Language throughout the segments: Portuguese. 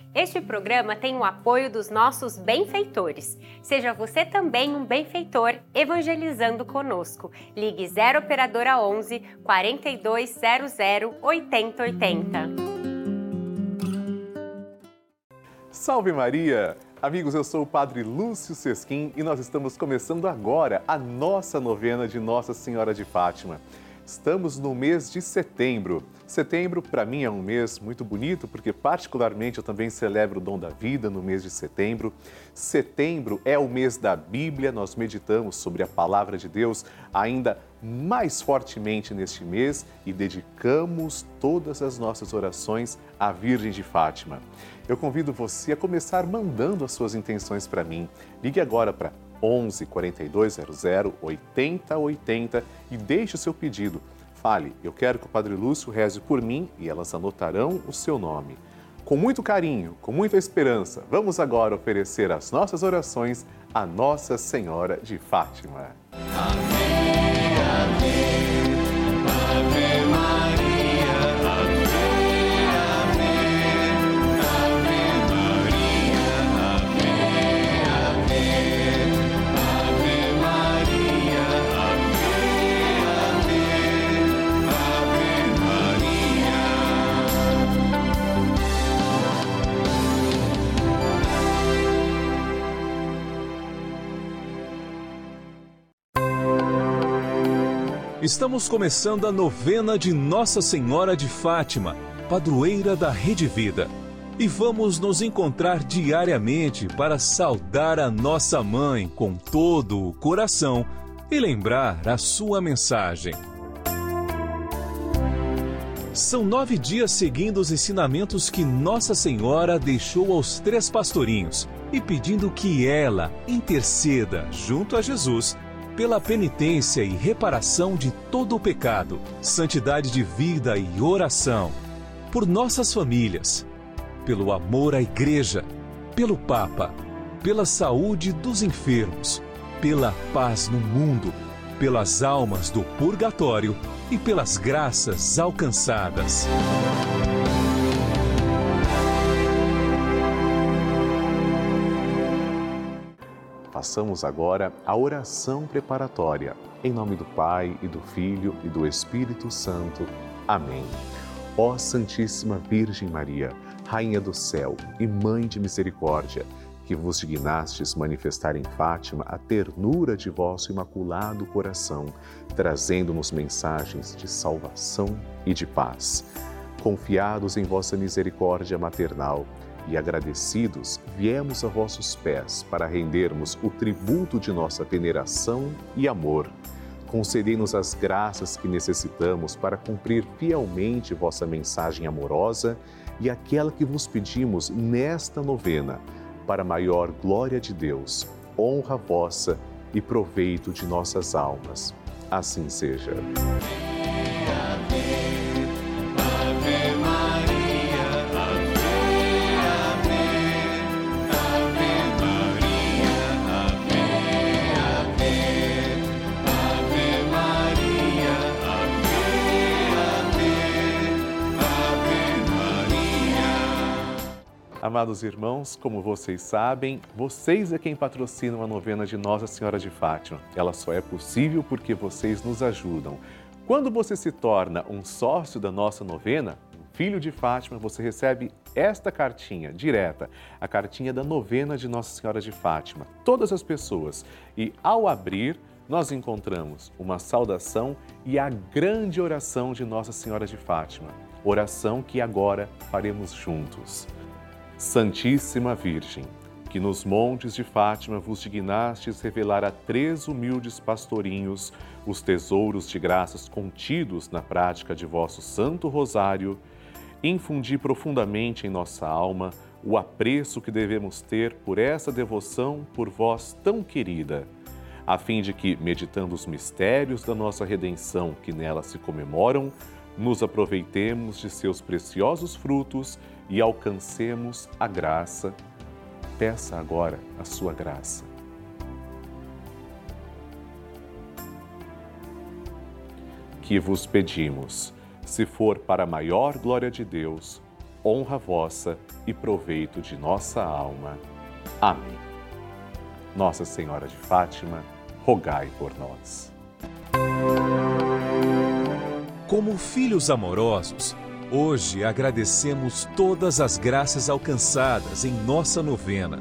Este programa tem o apoio dos nossos benfeitores. Seja você também um benfeitor evangelizando conosco. Ligue 0 Operadora 11 4200 8080. Salve Maria! Amigos, eu sou o Padre Lúcio Sesquim e nós estamos começando agora a nossa novena de Nossa Senhora de Fátima. Estamos no mês de setembro. Setembro, para mim, é um mês muito bonito, porque particularmente eu também celebro o dom da vida no mês de setembro. Setembro é o mês da Bíblia, nós meditamos sobre a Palavra de Deus ainda mais fortemente neste mês e dedicamos todas as nossas orações à Virgem de Fátima. Eu convido você a começar mandando as suas intenções para mim. Ligue agora para 11 4200 8080 e deixe o seu pedido. Fale, eu quero que o Padre Lúcio reze por mim e elas anotarão o seu nome. Com muito carinho, com muita esperança, vamos agora oferecer as nossas orações à Nossa Senhora de Fátima. Amém, amém. Ave Maria, ave, ave. Ave Maria, ave, ave. Ave Maria, ave, ave. Ave Maria. Estamos começando a novena de Nossa Senhora de Fátima, padroeira da Rede Vida. E vamos nos encontrar diariamente para saudar a nossa mãe com todo o coração e lembrar a sua mensagem. São 9 dias seguindo os ensinamentos que Nossa Senhora deixou aos 3 pastorinhos e pedindo que ela interceda junto a Jesus pela penitência e reparação de todo o pecado, santidade de vida e oração, por nossas famílias, pelo amor à Igreja, pelo Papa, pela saúde dos enfermos, pela paz no mundo, pelas almas do purgatório e pelas graças alcançadas. Façamos agora a oração preparatória. Em nome do Pai, e do Filho, e do Espírito Santo. Amém. Ó Santíssima Virgem Maria, Rainha do céu e Mãe de misericórdia, que vos dignastes manifestar em Fátima a ternura de vosso imaculado coração, trazendo-nos mensagens de salvação e de paz. Confiados em vossa misericórdia maternal, e agradecidos, viemos a vossos pés para rendermos o tributo de nossa veneração e amor. Concedei-nos as graças que necessitamos para cumprir fielmente vossa mensagem amorosa e aquela que vos pedimos nesta novena, para a maior glória de Deus, honra vossa e proveito de nossas almas. Assim seja. Ave Maria, ave, ave. Ave Maria, ave, ave. Ave Maria, ave, ave. Ave Maria. Amados irmãos, como vocês sabem, vocês é quem patrocinam a novena de Nossa Senhora de Fátima. Ela só é possível porque vocês nos ajudam. Quando você se torna um sócio da nossa novena, um filho de Fátima, você recebe esta cartinha direta, a cartinha da novena de Nossa Senhora de Fátima. Todas as pessoas. E ao abrir, nós encontramos uma saudação e a grande oração de Nossa Senhora de Fátima. Oração que agora faremos juntos. Santíssima Virgem, que nos montes de Fátima vos dignastes revelar a 3 humildes pastorinhos os tesouros de graças contidos na prática de vosso Santo Rosário, infundi profundamente em nossa alma o apreço que devemos ter por essa devoção por vós tão querida, a fim de que, meditando os mistérios da nossa redenção que nela se comemoram, nos aproveitemos de seus preciosos frutos e alcancemos a graça. Peça agora a sua graça. Que vos pedimos, se for para a maior glória de Deus, honra vossa e proveito de nossa alma. Amém. Nossa Senhora de Fátima, rogai por nós. Como filhos amorosos, hoje agradecemos todas as graças alcançadas em nossa novena.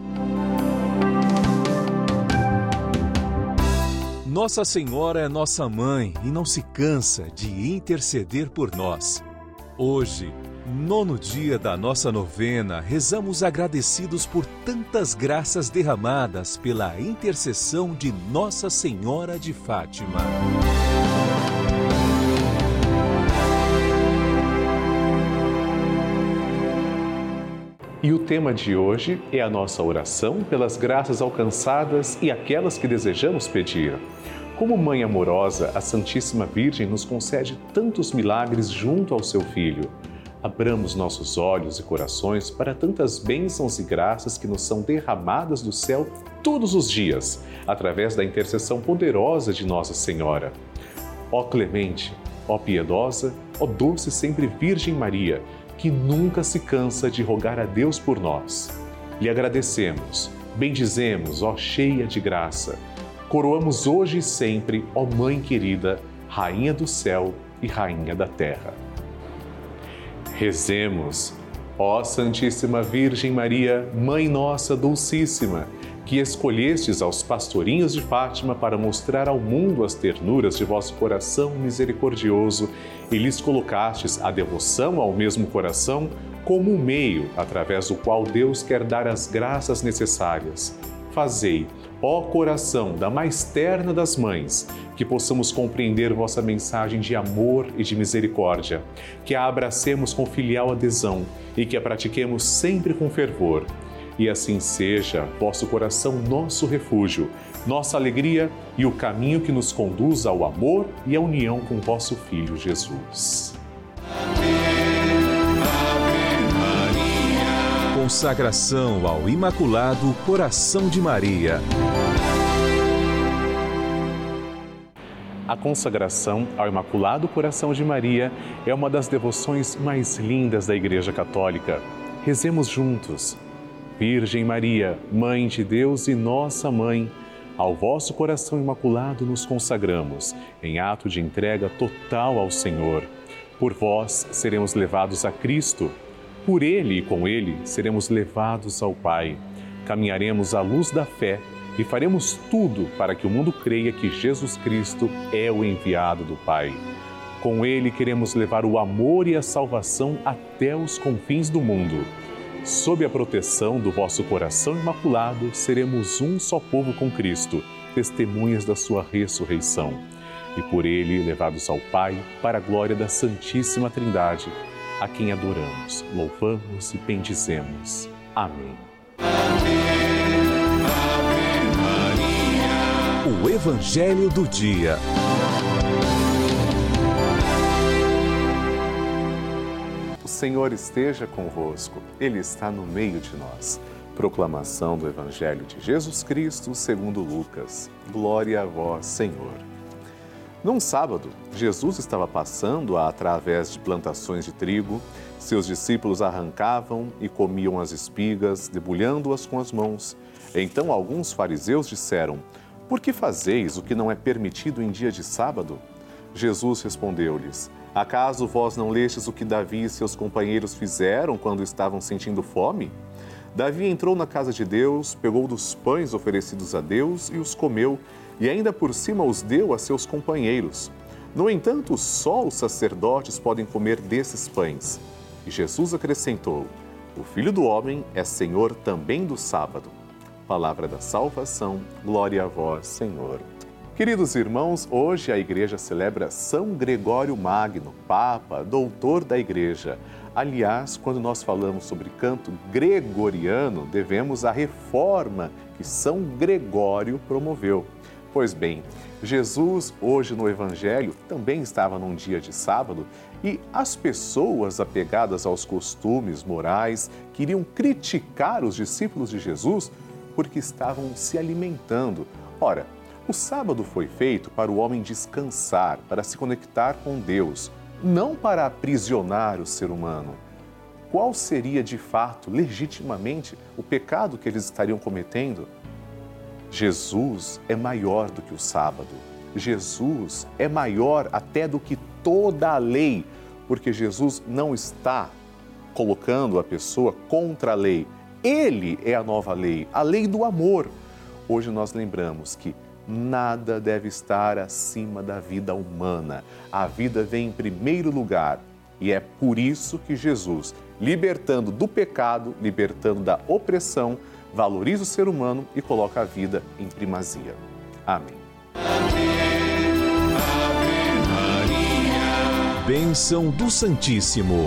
Nossa Senhora é nossa mãe e não se cansa de interceder por nós. Hoje, 9º dia da nossa novena, rezamos agradecidos por tantas graças derramadas pela intercessão de Nossa Senhora de Fátima. E o tema de hoje é a nossa oração pelas graças alcançadas e aquelas que desejamos pedir. Como mãe amorosa, a Santíssima Virgem nos concede tantos milagres junto ao seu Filho. Abramos nossos olhos e corações para tantas bênçãos e graças que nos são derramadas do céu todos os dias, através da intercessão poderosa de Nossa Senhora. Ó clemente, ó piedosa, ó doce sempre Virgem Maria, que nunca se cansa de rogar a Deus por nós. Lhe agradecemos, bendizemos, ó cheia de graça. Coroamos hoje e sempre, ó Mãe querida, Rainha do céu e Rainha da terra. Rezemos, ó Santíssima Virgem Maria, Mãe nossa Dulcíssima, que escolhestes aos pastorinhos de Fátima para mostrar ao mundo as ternuras de vosso coração misericordioso e lhes colocastes a devoção ao mesmo coração como um meio através do qual Deus quer dar as graças necessárias. Fazei, ó coração da mais terna das mães, que possamos compreender vossa mensagem de amor e de misericórdia, que a abracemos com filial adesão e que a pratiquemos sempre com fervor. E assim seja, vosso coração nosso refúgio, nossa alegria e o caminho que nos conduz ao amor e à união com vosso Filho Jesus. Consagração ao Imaculado Coração de Maria. A consagração ao Imaculado Coração de Maria é uma das devoções mais lindas da Igreja Católica. Rezemos juntos. Virgem Maria, Mãe de Deus e nossa Mãe, ao vosso coração imaculado nos consagramos, em ato de entrega total ao Senhor. Por vós seremos levados a Cristo. Por Ele e com Ele seremos levados ao Pai. Caminharemos à luz da fé e faremos tudo para que o mundo creia que Jesus Cristo é o enviado do Pai. Com Ele queremos levar o amor e a salvação até os confins do mundo. Sob a proteção do vosso coração imaculado, seremos um só povo com Cristo, testemunhas da sua ressurreição. E por Ele levados ao Pai, para a glória da Santíssima Trindade, a quem adoramos, louvamos e bendizemos. Amém. O Evangelho do Dia. O Senhor esteja convosco, Ele está no meio de nós. Proclamação do Evangelho de Jesus Cristo segundo Lucas. Glória a vós, Senhor. Num sábado, Jesus estava passando através de plantações de trigo. Seus discípulos arrancavam e comiam as espigas, debulhando-as com as mãos. Então alguns fariseus disseram: "Por que fazeis o que não é permitido em dia de sábado?" Jesus respondeu-lhes: "Acaso vós não lestes o que Davi e seus companheiros fizeram quando estavam sentindo fome? Davi entrou na casa de Deus, pegou dos pães oferecidos a Deus e os comeu, e ainda por cima os deu a seus companheiros. No entanto, só os sacerdotes podem comer desses pães." E Jesus acrescentou: "O Filho do Homem é Senhor também do sábado." Palavra da salvação, glória a vós, Senhor. Queridos irmãos, hoje a Igreja celebra São Gregório Magno, Papa, doutor da Igreja. Aliás, quando nós falamos sobre canto gregoriano, devemos à reforma que São Gregório promoveu. Pois bem, Jesus, hoje no Evangelho, também estava num dia de sábado e as pessoas apegadas aos costumes morais queriam criticar os discípulos de Jesus porque estavam se alimentando. Ora, o sábado foi feito para o homem descansar, para se conectar com Deus, não para aprisionar o ser humano. qual seria de fato, legitimamente, o pecado que eles estariam cometendo? Jesus é maior do que o sábado. Jesus é maior até do que toda a lei, porque Jesus não está colocando a pessoa contra a lei. Ele é a nova lei, a lei do amor. Hoje nós lembramos que nada deve estar acima da vida humana. A vida vem em primeiro lugar e é por isso que Jesus, libertando do pecado, libertando da opressão, valoriza o ser humano e coloca a vida em primazia. Amém. Bênção do Santíssimo.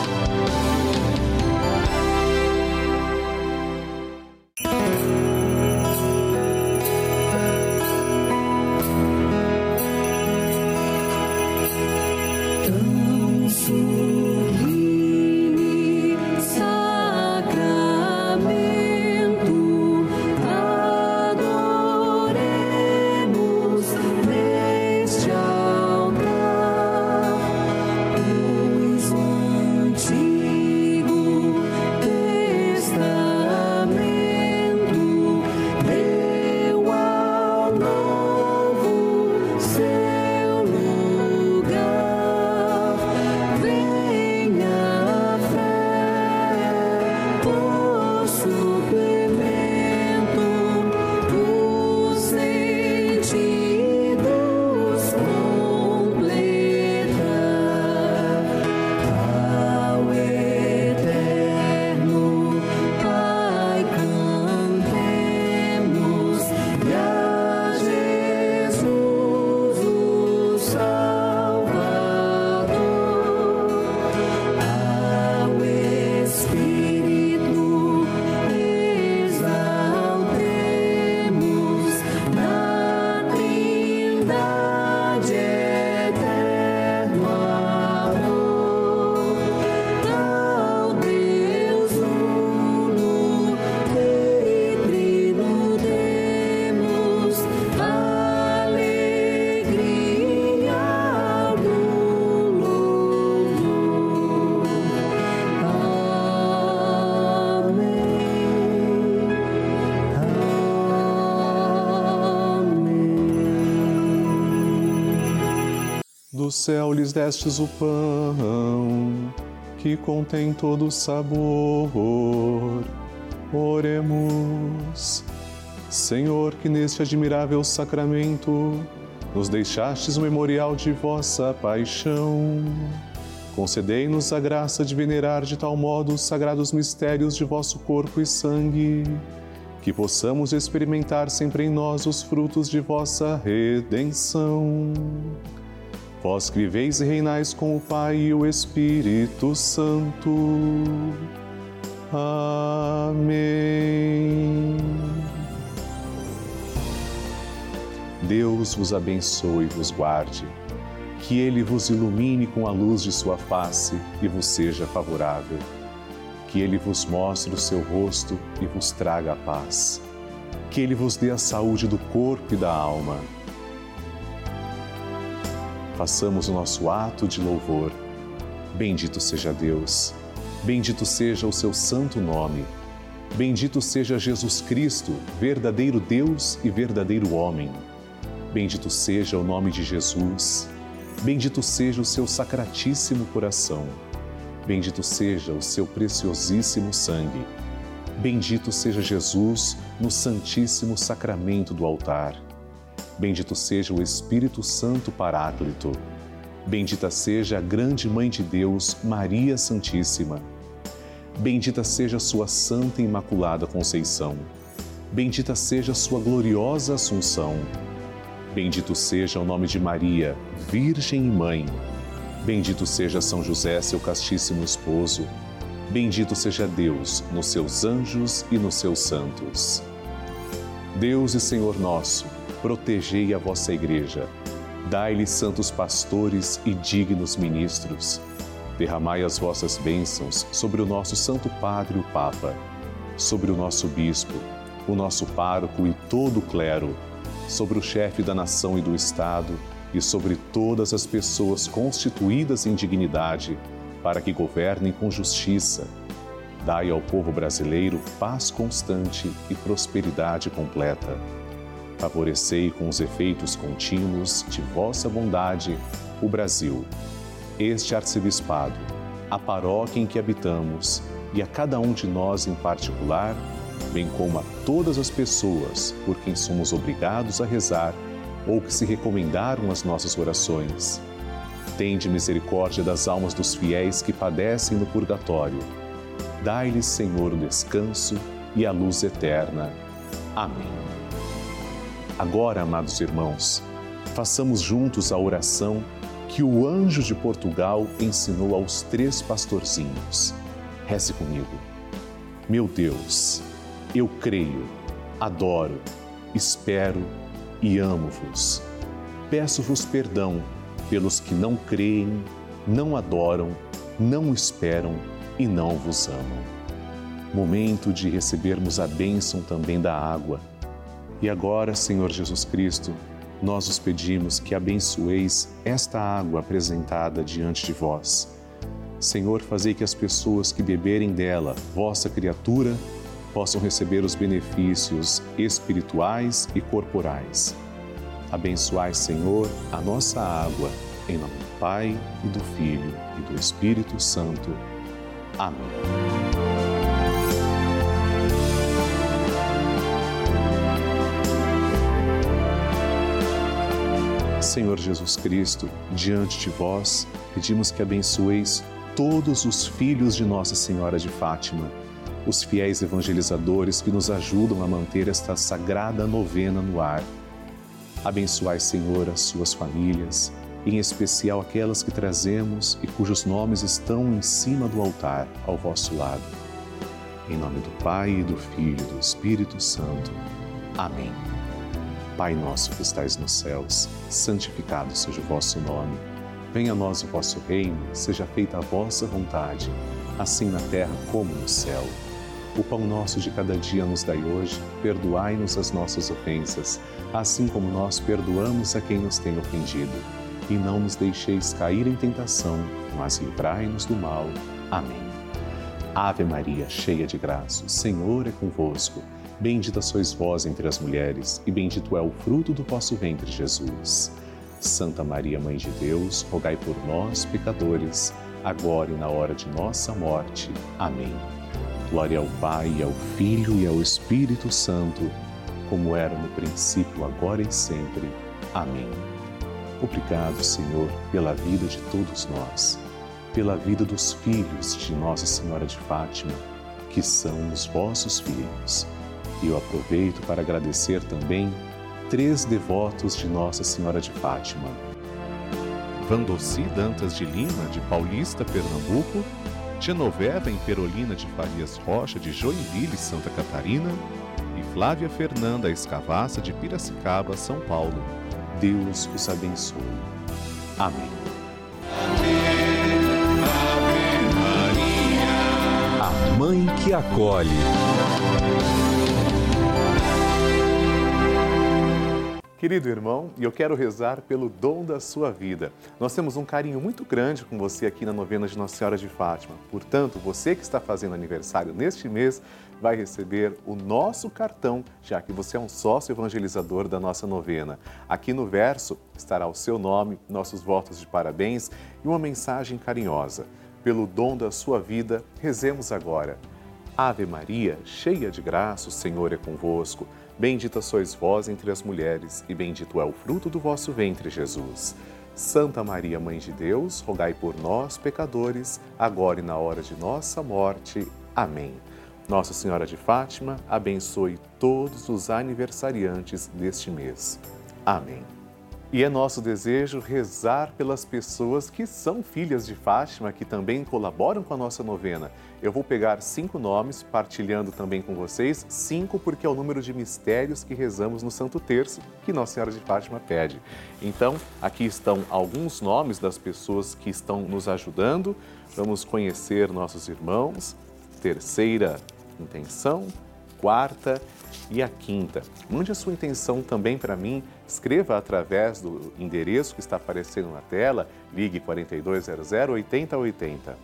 Do céu lhes destes o pão, que contém todo o sabor. Oremos. Senhor, que neste admirável sacramento nos deixastes o memorial de vossa paixão. Concedei-nos a graça de venerar de tal modo os sagrados mistérios de vosso corpo e sangue, que possamos experimentar sempre em nós os frutos de vossa redenção. Vós que viveis e reinais com o Pai e o Espírito Santo. Amém. Deus vos abençoe e vos guarde. Que Ele vos ilumine com a luz de sua face e vos seja favorável. Que Ele vos mostre o seu rosto e vos traga a paz. Que Ele vos dê a saúde do corpo e da alma. Façamos o nosso ato de louvor. Bendito seja Deus, bendito seja o seu santo nome, bendito seja Jesus Cristo, verdadeiro Deus e verdadeiro homem. Bendito seja o nome de Jesus, bendito seja o seu sacratíssimo coração, bendito seja o seu preciosíssimo sangue, bendito seja Jesus no santíssimo sacramento do altar. Bendito seja o Espírito Santo Paráclito. Bendita seja a grande Mãe de Deus, Maria Santíssima. Bendita seja sua Santa e Imaculada Conceição. Bendita seja sua gloriosa Assunção. Bendito seja o nome de Maria, Virgem e Mãe. Bendito seja São José, seu castíssimo esposo. Bendito seja Deus nos seus anjos e nos seus santos. Deus e Senhor nosso, protegei a vossa Igreja, dai-lhe santos pastores e dignos ministros. Derramai as vossas bênçãos sobre o nosso Santo Padre, o Papa, sobre o nosso Bispo, o nosso pároco e todo o clero, sobre o chefe da nação e do Estado e sobre todas as pessoas constituídas em dignidade, para que governem com justiça. Dai ao povo brasileiro paz constante e prosperidade completa. Favorecei com os efeitos contínuos de vossa bondade o Brasil, este arcebispado, a paróquia em que habitamos e a cada um de nós em particular, bem como a todas as pessoas por quem somos obrigados a rezar ou que se recomendaram as nossas orações. Tende misericórdia das almas dos fiéis que padecem no purgatório. Dai-lhes, Senhor, o descanso e a luz eterna. Amém. Agora, amados irmãos, façamos juntos a oração que o anjo de Portugal ensinou aos 3 pastorzinhos. Reze comigo. Meu Deus, eu creio, adoro, espero e amo-vos. Peço-vos perdão pelos que não creem, não adoram, não esperam e não vos amam. Momento de recebermos a bênção também da água. E agora, Senhor Jesus Cristo, nós os pedimos que abençoeis esta água apresentada diante de vós. Senhor, fazei que as pessoas que beberem dela, vossa criatura, possam receber os benefícios espirituais e corporais. Abençoai, Senhor, a nossa água, em nome do Pai, e do Filho, e do Espírito Santo. Amém. Senhor Jesus Cristo, diante de vós, pedimos que abençoeis todos os filhos de Nossa Senhora de Fátima, os fiéis evangelizadores que nos ajudam a manter esta sagrada novena no ar. Abençoai, Senhor, as suas famílias, em especial aquelas que trazemos e cujos nomes estão em cima do altar, ao vosso lado. Em nome do Pai, e do Filho e do Espírito Santo. Amém. Pai nosso que estais nos céus, santificado seja o vosso nome. Venha a nós o vosso reino, seja feita a vossa vontade, assim na terra como no céu. O pão nosso de cada dia nos dai hoje, perdoai-nos as nossas ofensas, assim como nós perdoamos a quem nos tem ofendido. E não nos deixeis cair em tentação, mas livrai-nos do mal. Amém. Ave Maria, cheia de graça, o Senhor é convosco. Bendita sois vós entre as mulheres, e bendito é o fruto do vosso ventre, Jesus. Santa Maria, Mãe de Deus, rogai por nós, pecadores, agora e na hora de nossa morte. Amém. Glória ao Pai, ao Filho e ao Espírito Santo, como era no princípio, agora e sempre. Amém. Obrigado, Senhor, pela vida de todos nós, pela vida dos filhos de Nossa Senhora de Fátima, que são os vossos filhos. E eu aproveito para agradecer também 3 devotos de Nossa Senhora de Fátima. Vandoci Dantas de Lima, de Paulista, Pernambuco, Genoveva Imperolina de Farias Rocha, de Joinville, Santa Catarina, e Flávia Fernanda Escavassa, de Piracicaba, São Paulo. Deus os abençoe. Amém. Ave Maria. A Mãe que acolhe. Querido irmão, eu quero rezar pelo dom da sua vida. Nós temos um carinho muito grande com você aqui na novena de Nossa Senhora de Fátima. Portanto, você que está fazendo aniversário neste mês vai receber o nosso cartão, já que você é um sócio evangelizador da nossa novena. Aqui no verso estará o seu nome, nossos votos de parabéns e uma mensagem carinhosa. Pelo dom da sua vida, rezemos agora. Ave Maria, cheia de graça, o Senhor é convosco. Bendita sois vós entre as mulheres, e bendito é o fruto do vosso ventre, Jesus. Santa Maria, Mãe de Deus, rogai por nós, pecadores, agora e na hora de nossa morte. Amém. Nossa Senhora de Fátima, abençoe todos os aniversariantes deste mês. Amém. E é nosso desejo rezar pelas pessoas que são filhas de Fátima, que também colaboram com a nossa novena. Eu vou pegar 5 nomes, partilhando também com vocês, 5 porque é o número de mistérios que rezamos no Santo Terço, que Nossa Senhora de Fátima pede. Então, aqui estão alguns nomes das pessoas que estão nos ajudando. Vamos conhecer nossos irmãos. Terceira intenção, quarta e a quinta. Mande a sua intenção também para mim, escreva através do endereço que está aparecendo na tela, ligue 4200 8080.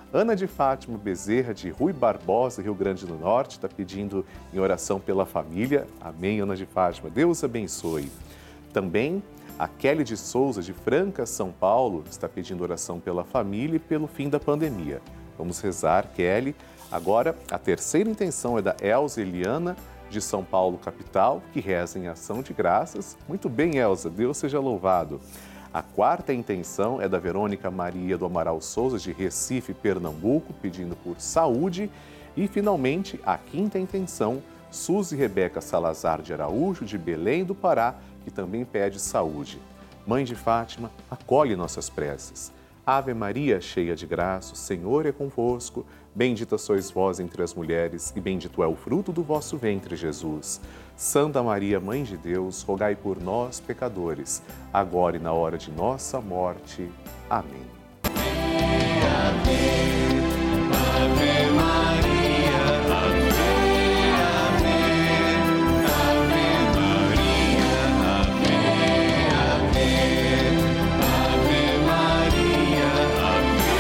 Ana de Fátima Bezerra, de Rui Barbosa, Rio Grande do Norte, está pedindo em oração pela família. Amém, Ana de Fátima. Deus abençoe. Também a Kelly de Souza, de Franca, São Paulo, está pedindo oração pela família e pelo fim da pandemia. Vamos rezar, Kelly. Agora, a terceira intenção é da Elza Eliana, de São Paulo, capital, que reza em ação de graças. Muito bem, Elza, Deus seja louvado. A quarta intenção é da Verônica Maria do Amaral Souza, de Recife, Pernambuco, pedindo por saúde. E, finalmente, a quinta intenção, Suzy Rebeca Salazar de Araújo, de Belém do Pará, que também pede saúde. Mãe de Fátima, acolhe nossas preces. Ave Maria, cheia de graça, o Senhor é convosco. Bendita sois vós entre as mulheres, e bendito é o fruto do vosso ventre, Jesus. Santa Maria, Mãe de Deus, rogai por nós, pecadores, agora e na hora de nossa morte. Amém. Ave Maria, Ave, Ave, Ave Maria, Ave, Ave, Ave Maria, Ave,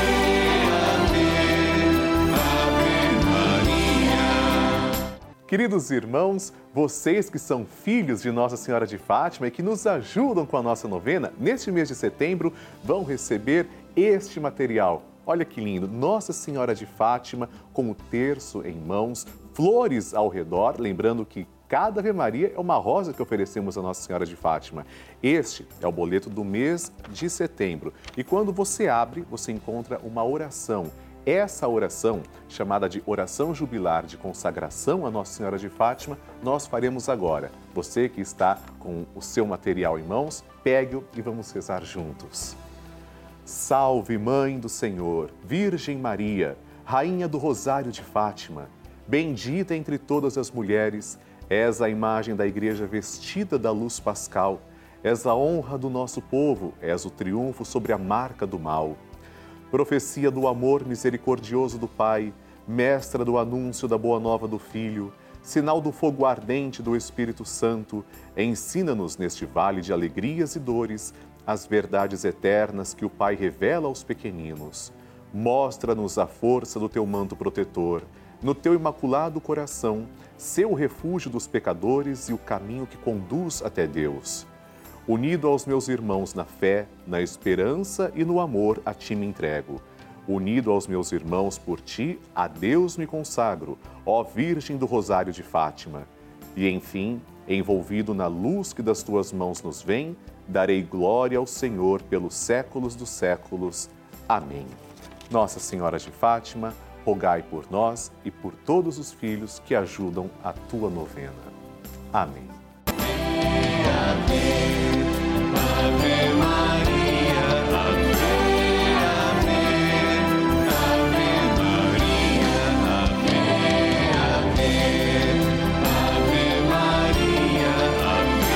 Ave, Ave Maria. Queridos irmãos, vocês que são filhos de Nossa Senhora de Fátima e que nos ajudam com a nossa novena, neste mês de setembro vão receber este material. Olha que lindo, Nossa Senhora de Fátima com o terço em mãos, flores ao redor, lembrando que cada Ave Maria é uma rosa que oferecemos a Nossa Senhora de Fátima. Este é o boleto do mês de setembro e quando você abre, você encontra uma oração. Essa oração, chamada de oração jubilar de consagração a Nossa Senhora de Fátima, nós faremos agora. Você que está com o seu material em mãos, pegue-o e vamos rezar juntos. Salve, Mãe do Senhor, Virgem Maria, Rainha do Rosário de Fátima, bendita entre todas as mulheres, és a imagem da Igreja vestida da luz pascal, és a honra do nosso povo, és o triunfo sobre a marca do mal. Profecia do amor misericordioso do Pai, mestra do anúncio da boa nova do Filho, sinal do fogo ardente do Espírito Santo, ensina-nos neste vale de alegrias e dores as verdades eternas que o Pai revela aos pequeninos. Mostra-nos a força do teu manto protetor, no teu imaculado coração, seu refúgio dos pecadores e o caminho que conduz até Deus. Unido aos meus irmãos na fé, na esperança e no amor, a ti me entrego. Unido aos meus irmãos por ti, a Deus me consagro, ó Virgem do Rosário de Fátima. E, enfim, envolvido na luz que das tuas mãos nos vem, darei glória ao Senhor pelos séculos dos séculos. Amém. Nossa Senhora de Fátima, rogai por nós e por todos os filhos que ajudam a tua novena. Amém. Ave Maria, Ave, Ave, Ave Maria, Ave, Ave, Ave Maria, Ave,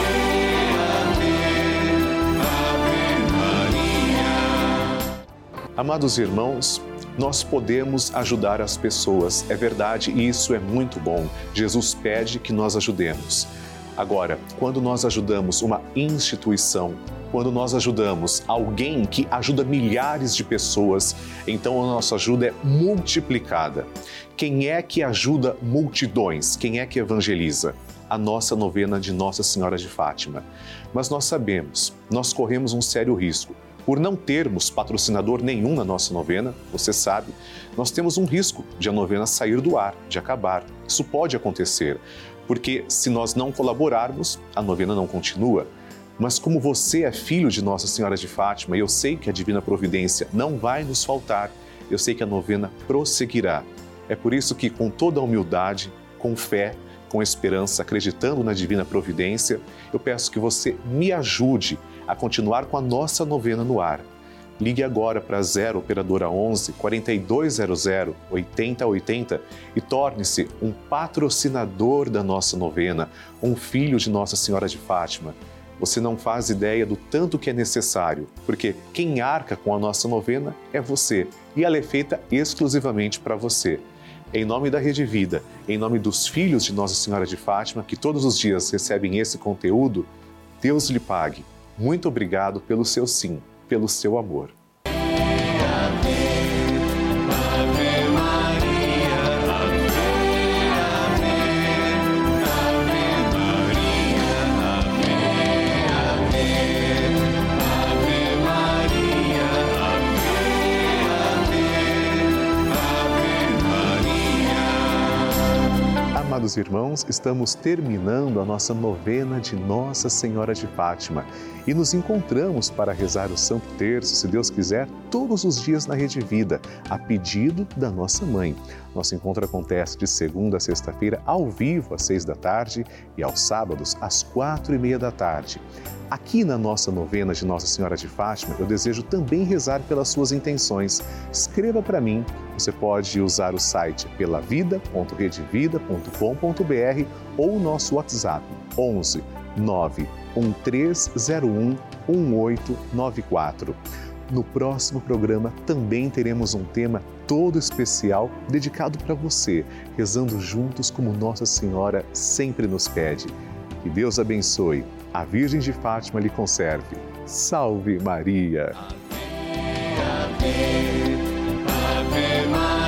Ave, Ave Maria. Amados irmãos, nós podemos ajudar as pessoas, é verdade, e isso é muito bom. Jesus pede que nós ajudemos. Agora, quando nós ajudamos uma instituição, quando nós ajudamos alguém que ajuda milhares de pessoas, então a nossa ajuda é multiplicada. Quem é que ajuda multidões? Quem é que evangeliza? A nossa novena de Nossa Senhora de Fátima. Mas nós sabemos, nós corremos um sério risco. Por não termos patrocinador nenhum na nossa novena, você sabe, nós temos um risco de a novena sair do ar, de acabar. Isso pode acontecer. Porque se nós não colaborarmos, a novena não continua. Mas como você é filho de Nossa Senhora de Fátima, eu sei que a Divina Providência não vai nos faltar, eu sei que a novena prosseguirá. É por isso que, com toda a humildade, com fé, com esperança, acreditando na Divina Providência, eu peço que você me ajude a continuar com a nossa novena no ar. Ligue agora para 0 Operadora 11 4200 8080 e torne-se um patrocinador da nossa novena, um filho de Nossa Senhora de Fátima. Você não faz ideia do tanto que é necessário, porque quem arca com a nossa novena é você e ela é feita exclusivamente para você. Em nome da Rede Vida, em nome dos filhos de Nossa Senhora de Fátima, que todos os dias recebem esse conteúdo, Deus lhe pague. Muito obrigado pelo seu sim, pelo seu amor. Ave, Ave amados irmãos, estamos terminando a nossa novena de Nossa Senhora de Fátima e nos encontramos para rezar o Santo Terço, se Deus quiser, todos os dias na Rede Vida, a pedido da nossa mãe. Nosso encontro acontece de segunda a sexta-feira, ao vivo, às 6 da tarde e aos sábados, às 4:30 da tarde. Aqui na nossa novena de Nossa Senhora de Fátima, eu desejo também rezar pelas suas intenções. Escreva para mim. Você pode usar o site pelavida.redevida.com.br ou o nosso WhatsApp 11 91301 1894. No próximo programa também teremos um tema todo especial dedicado para você, rezando juntos como Nossa Senhora sempre nos pede. Que Deus abençoe. A Virgem de Fátima lhe conserve. Salve Maria! Ave Maria.